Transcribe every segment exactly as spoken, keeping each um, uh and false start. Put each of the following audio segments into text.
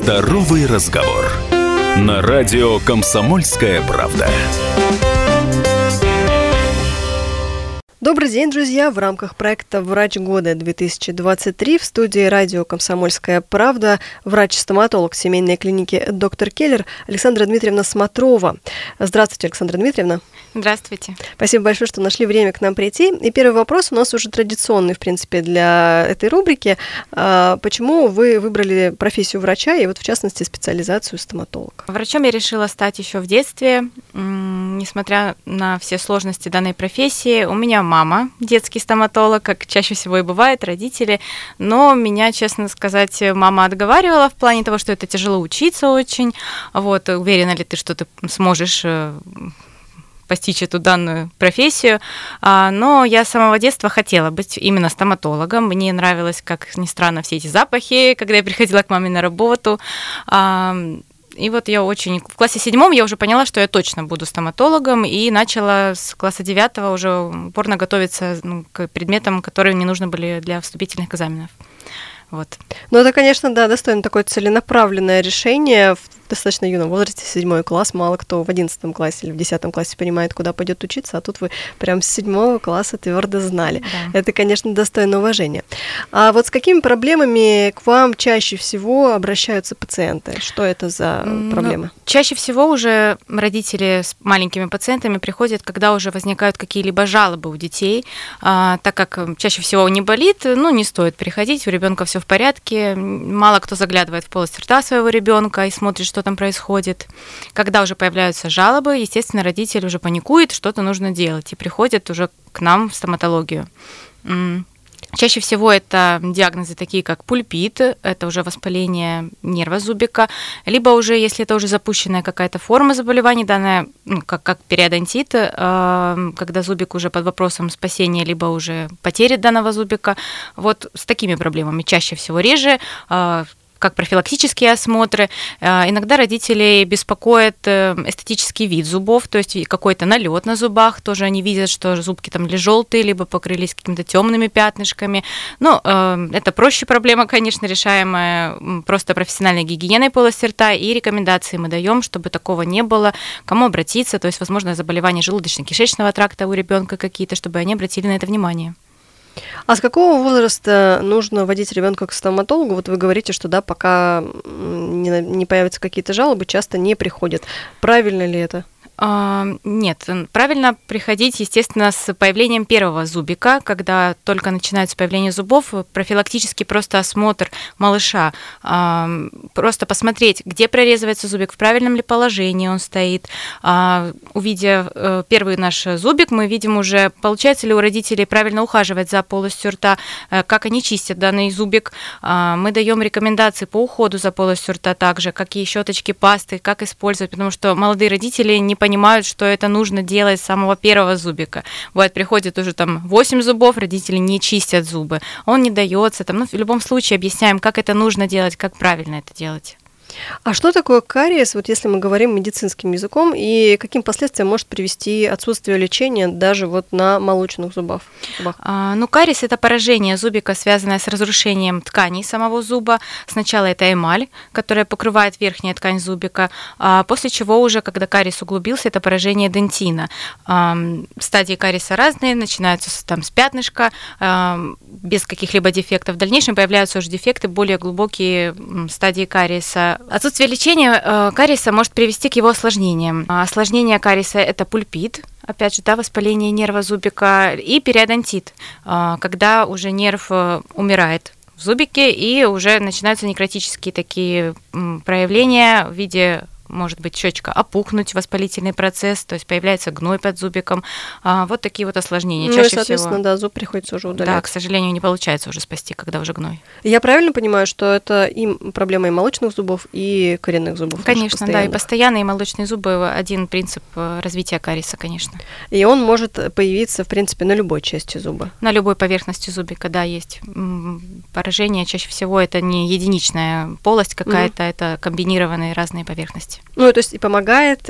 Здоровый разговор. На радио «Комсомольская правда». Добрый день, друзья! В рамках проекта «Врач года-две тысячи двадцать три» в студии радио «Комсомольская правда» врач-стоматолог семейной клиники «Доктор Келлер» Александра Дмитриевна Смотрова. Здравствуйте, Александра Дмитриевна. Здравствуйте. Спасибо большое, что нашли время к нам прийти. И первый вопрос у нас уже традиционный, в принципе, для этой рубрики. Почему вы выбрали профессию врача и вот, в частности, специализацию стоматолога? Врачом я решила стать еще в детстве. Несмотря на все сложности данной профессии, у меня мама детский стоматолог, как чаще всего и бывает, родители. Но меня, честно сказать, мама отговаривала в плане того, что это тяжело учиться очень. Вот, уверена ли ты, что ты сможешь постичь эту данную профессию, но я с самого детства хотела быть именно стоматологом. Мне нравилось, как ни странно, все эти запахи, когда я приходила к маме на работу. И вот я очень... В классе седьмом я уже поняла, что я точно буду стоматологом, и начала с класса девятого уже упорно готовиться ну, к предметам, которые мне нужны были для вступительных экзаменов. Вот. Ну, это, конечно, да, достойно такое целенаправленное решение в достаточно юном возрасте, седьмой класс. Мало кто в одиннадцатом классе или в десятом классе понимает, куда пойдет учиться, а тут вы прям с седьмого класса твердо знали. Да. Это, конечно, достойно уважения. А вот с какими проблемами к вам чаще всего обращаются пациенты? Что это за проблемы? Ну, чаще всего уже родители с маленькими пациентами приходят, когда уже возникают какие-либо жалобы у детей, а, так как чаще всего не болит, ну, не стоит приходить, у ребенка все в порядке, мало кто заглядывает в полость рта своего ребенка и смотрит, что там происходит. Когда уже появляются жалобы, естественно, родитель уже паникует, что-то нужно делать, и приходит уже к нам в стоматологию. Чаще всего это диагнозы такие, как пульпит, это уже воспаление нерва зубика, либо уже, если это уже запущенная какая-то форма заболевания, данная, ну, как, как периодонтит, э, когда зубик уже под вопросом спасения, либо уже потери данного зубика. Вот с такими проблемами чаще всего реже, э, как профилактические осмотры. Иногда родителей беспокоит эстетический вид зубов, то есть какой-то налет на зубах, тоже они видят, что зубки там или желтые, либо покрылись какими-то темными пятнышками. Но это проще проблема, конечно, решаемая просто профессиональной гигиеной полости рта, и рекомендации мы даем, чтобы такого не было, кому обратиться, то есть, возможно, заболевания желудочно-кишечного тракта у ребенка какие-то, чтобы они обратили на это внимание. А с какого возраста нужно водить ребенка к стоматологу? Вот вы говорите, что да, пока не, не появятся какие-то жалобы, часто не приходят. Правильно ли это? Нет, правильно приходить, естественно, с появлением первого зубика, когда только начинается появление зубов, профилактический просто осмотр малыша, просто посмотреть, где прорезывается зубик, в правильном ли положении он стоит. Увидя первый наш зубик, мы видим уже, получается ли у родителей правильно ухаживать за полостью рта, как они чистят данный зубик. Мы даем рекомендации по уходу за полостью рта также, какие щеточки, пасты, как использовать, потому что молодые родители не понимают, понимают, что это нужно делать с самого первого зубика. Бывает, приходит уже там восемь зубов, родители не чистят зубы, он не дается. Там, ну, в любом случае объясняем, как это нужно делать, как правильно это делать. А что такое кариес, вот если мы говорим медицинским языком, и каким последствиям может привести отсутствие лечения даже вот на молочных зубах? А, ну, кариес – это поражение зубика, связанное с разрушением тканей самого зуба. Сначала это эмаль, которая покрывает верхняя ткань зубика, а после чего уже, когда кариес углубился, это поражение дентина. А, стадии кариеса разные, начинаются с, там, с пятнышка, а, без каких-либо дефектов. В дальнейшем появляются уже дефекты, более глубокие стадии кариеса. Отсутствие лечения кариеса может привести к его осложнениям. Осложнение кариеса – это пульпит, опять же, да, воспаление нерва зубика, и периодонтит, когда уже нерв умирает в зубике, и уже начинаются некротические такие проявления в виде, может быть, щечка опухнуть, воспалительный процесс, то есть появляется гной под зубиком. А, вот такие вот осложнения. Ну чаще и, соответственно, всего. Да, зуб приходится уже удалять. Да, к сожалению, не получается уже спасти, когда уже гной. Я правильно понимаю, что это и проблема и молочных зубов, и коренных зубов? Конечно, да, и постоянные молочные зубы – один принцип развития кариеса, конечно. И он может появиться, в принципе, на любой части зуба? На любой поверхности зубика, да, есть поражение. Чаще всего это не единичная полость какая-то, mm-hmm. это комбинированные разные поверхности. Ну, то есть и помогает,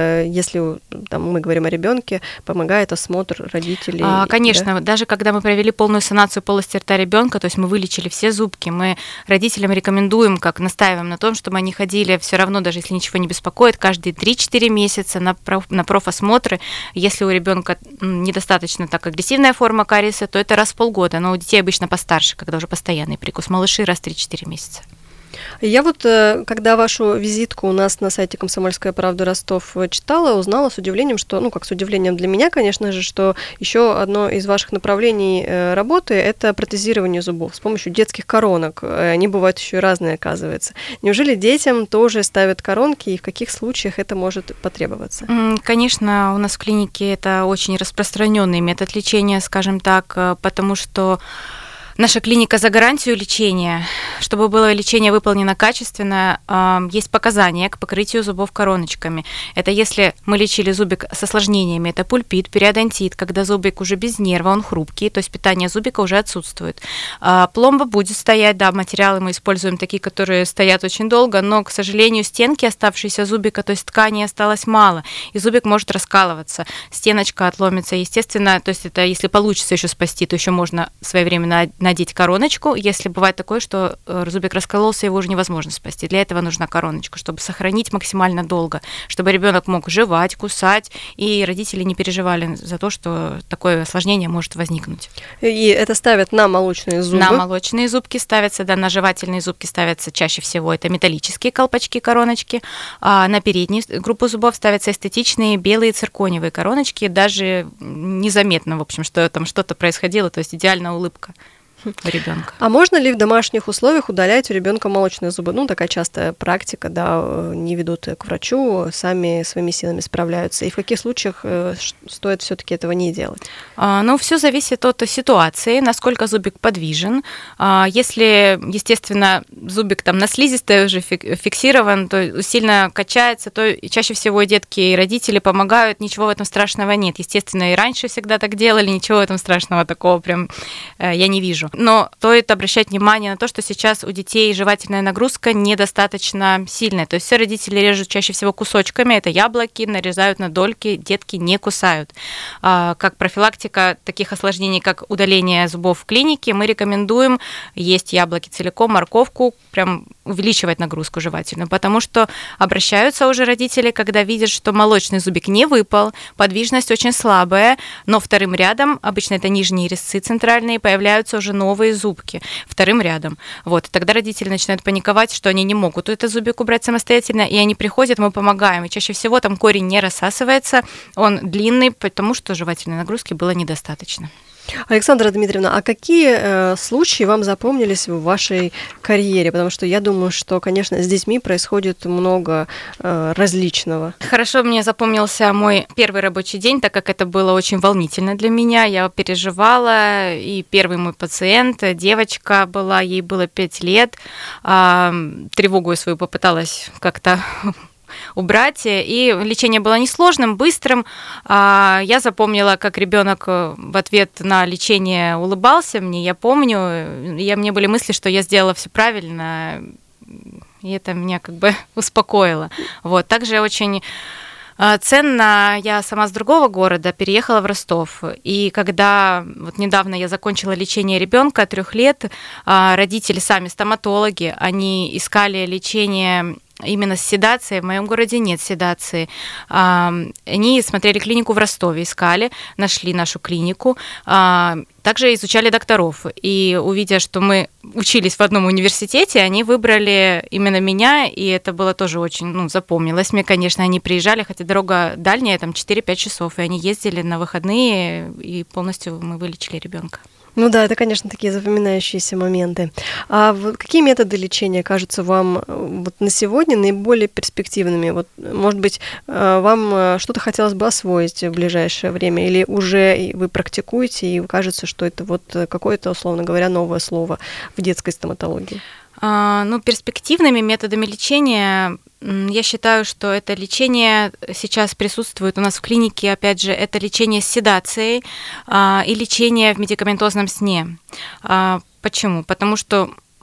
если там, мы говорим о ребенке, помогает осмотр родителей? А, конечно, да? Даже когда мы провели полную санацию полости рта ребенка, то есть мы вылечили все зубки, мы родителям рекомендуем, как настаиваем на том, чтобы они ходили все равно, даже если ничего не беспокоит, каждые три-четыре месяца на, проф, на профосмотры. Если у ребенка недостаточно так агрессивная форма кариеса, то это раз в полгода, но у детей обычно постарше, когда уже постоянный прикус. Малыши раз в три-четыре месяца. Я вот, когда вашу визитку у нас на сайте «Комсомольская правда» Ростов читала, узнала с удивлением, что, ну, как с удивлением для меня, конечно же, что еще одно из ваших направлений работы – это протезирование зубов с помощью детских коронок. Они бывают еще и разные, оказывается. Неужели детям тоже ставят коронки, и в каких случаях это может потребоваться? Конечно, у нас в клинике это очень распространенный метод лечения, скажем так, потому что наша клиника за гарантию лечения. Чтобы было лечение выполнено качественно, есть показания к покрытию зубов короночками. Это если мы лечили зубик с осложнениями, это пульпит, периодонтит, когда зубик уже без нерва, он хрупкий, то есть питание зубика уже отсутствует. Пломба будет стоять, да, материалы мы используем такие, которые стоят очень долго, но, к сожалению, стенки оставшиеся зубика, то есть ткани осталось мало, и зубик может раскалываться, стеночка отломится, естественно, то есть это если получится еще спасти, то еще можно своевременно надеть короночку, если бывает такое, что зубик раскололся, его уже невозможно спасти. Для этого нужна короночка, чтобы сохранить максимально долго, чтобы ребенок мог жевать, кусать, и родители не переживали за то, что такое осложнение может возникнуть. И это ставят на молочные зубы? На молочные зубки ставятся, да, на жевательные зубки ставятся чаще всего это металлические колпачки, короночки, а на переднюю группу зубов ставятся эстетичные белые циркониевые короночки, даже незаметно, в общем, что там что-то происходило, то есть идеальная улыбка у ребенка. А можно ли в домашних условиях удалять у ребенка молочные зубы? Ну, такая частая практика, да, не ведут к врачу, сами своими силами справляются. И в каких случаях стоит все-таки этого не делать? А, ну, все зависит от ситуации, насколько зубик подвижен. А, если, естественно, зубик там на слизистой уже фиксирован, то сильно качается, то чаще всего и детки, и родители помогают, ничего в этом страшного нет. Естественно, и раньше всегда так делали, ничего в этом страшного такого прям я не вижу. Но стоит обращать внимание на то, что сейчас у детей жевательная нагрузка недостаточно сильная. То есть все родители режут чаще всего кусочками, это яблоки, нарезают на дольки, детки не кусают. Как профилактика таких осложнений, как удаление зубов в клинике, мы рекомендуем есть яблоки целиком, морковку, прям увеличивать нагрузку жевательную, потому что обращаются уже родители, когда видят, что молочный зубик не выпал, подвижность очень слабая, но вторым рядом, обычно это нижние резцы центральные, появляются уже новые зубки вторым рядом. Вот, и тогда родители начинают паниковать, что они не могут этот зубик убрать самостоятельно, и они приходят, мы помогаем. И чаще всего там корень не рассасывается, он длинный, потому что жевательной нагрузки было недостаточно. Александра Дмитриевна, а какие э, случаи вам запомнились в вашей карьере? Потому что я думаю, что, конечно, с детьми происходит много э, различного. Хорошо мне запомнился мой первый рабочий день, так как это было очень волнительно для меня. Я переживала, и первый мой пациент, девочка была, ей было пять лет. Э, тревогу я свою попыталась как-то убрать, и лечение было несложным, быстрым. Я запомнила, как ребенок в ответ на лечение улыбался мне, я помню, я, мне были мысли, что я сделала все правильно, и это меня как бы успокоило. Вот. Также очень ценно, я сама с другого города переехала в Ростов, и когда вот недавно я закончила лечение ребенка трех лет, родители сами стоматологи, они искали лечение именно с седацией. В моем городе нет седации. Они смотрели клинику в Ростове, искали, нашли нашу клинику. Также изучали докторов. И увидя, что мы учились в одном университете, они выбрали именно меня, и это было тоже очень, ну, запомнилось мне, конечно. Они приезжали, хотя дорога дальняя, там четыре-пять часов, и они ездили на выходные, и полностью мы вылечили ребенка. Ну да, это, конечно, такие запоминающиеся моменты. А вот какие методы лечения кажутся вам вот на сегодня наиболее перспективными? Вот, может быть, вам что-то хотелось бы освоить в ближайшее время, или уже вы практикуете, и кажется, что это вот какое-то, условно говоря, новое слово в детской стоматологии? А, ну, перспективными методами лечения я считаю, что это лечение сейчас присутствует у нас в клинике, опять же, это лечение с седацией а, и лечение в медикаментозном сне. А, почему? Потому что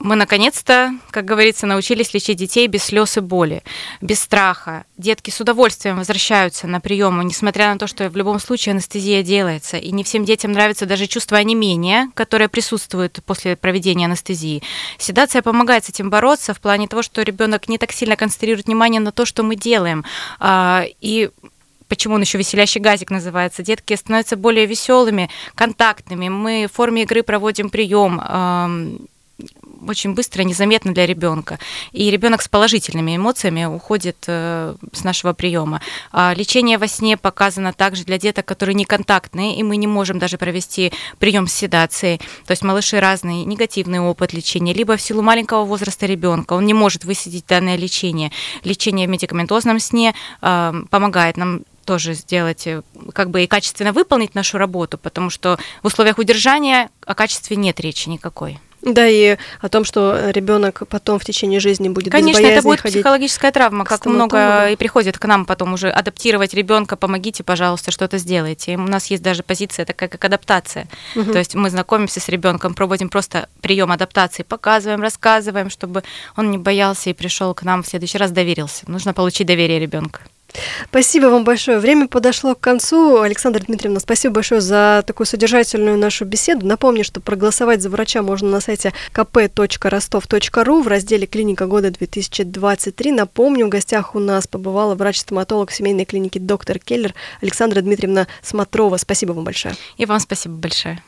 Мы, наконец-то, как говорится, научились лечить детей без слез и боли, без страха. Детки с удовольствием возвращаются на приемы, несмотря на то, что в любом случае анестезия делается. И не всем детям нравится даже чувство онемения, которое присутствует после проведения анестезии. Седация помогает с этим бороться в плане того, что ребенок не так сильно концентрирует внимание на то, что мы делаем. И почему он еще веселящий газик называется? Детки становятся более веселыми, контактными. Мы в форме игры проводим прием очень быстро, незаметно для ребенка. И ребенок с положительными эмоциями уходит э, с нашего приема. А лечение во сне показано также для деток, которые не контактные, и мы не можем даже провести прием с седацией. То есть малыши разный негативный опыт лечения, либо в силу маленького возраста ребенка он не может высидеть данное лечение. Лечение в медикаментозном сне э, помогает нам тоже сделать, как бы и качественно выполнить нашу работу, потому что в условиях удержания о качестве нет речи никакой. Да, и о том, что ребенок потом в течение жизни будет Конечно, без боязни это будет ходить психологическая травма, как много и приходит к нам потом уже адаптировать ребенка, помогите, пожалуйста, что-то сделайте. И у нас есть даже позиция такая, как адаптация. Угу. То есть мы знакомимся с ребенком, проводим просто прием адаптации, показываем, рассказываем, чтобы он не боялся и пришел к нам в следующий раз, доверился. Нужно получить доверие ребенка. Спасибо вам большое. Время подошло к концу. Александра Дмитриевна, спасибо большое за такую содержательную нашу беседу. Напомню, что проголосовать за врача можно на сайте ка пэ точка ростов точка ру в разделе «Клиника года две тысячи двадцать три». Напомню, в гостях у нас побывала врач-стоматолог семейной клиники доктор Келлер Александра Дмитриевна Смотрова. Спасибо вам большое. И вам спасибо большое.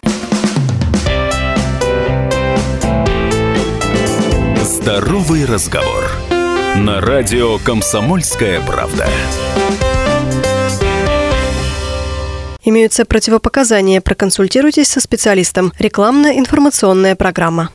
Здоровый разговор. На радио «Комсомольская правда». Имеются противопоказания. Проконсультируйтесь со специалистом. Рекламно-информационная программа.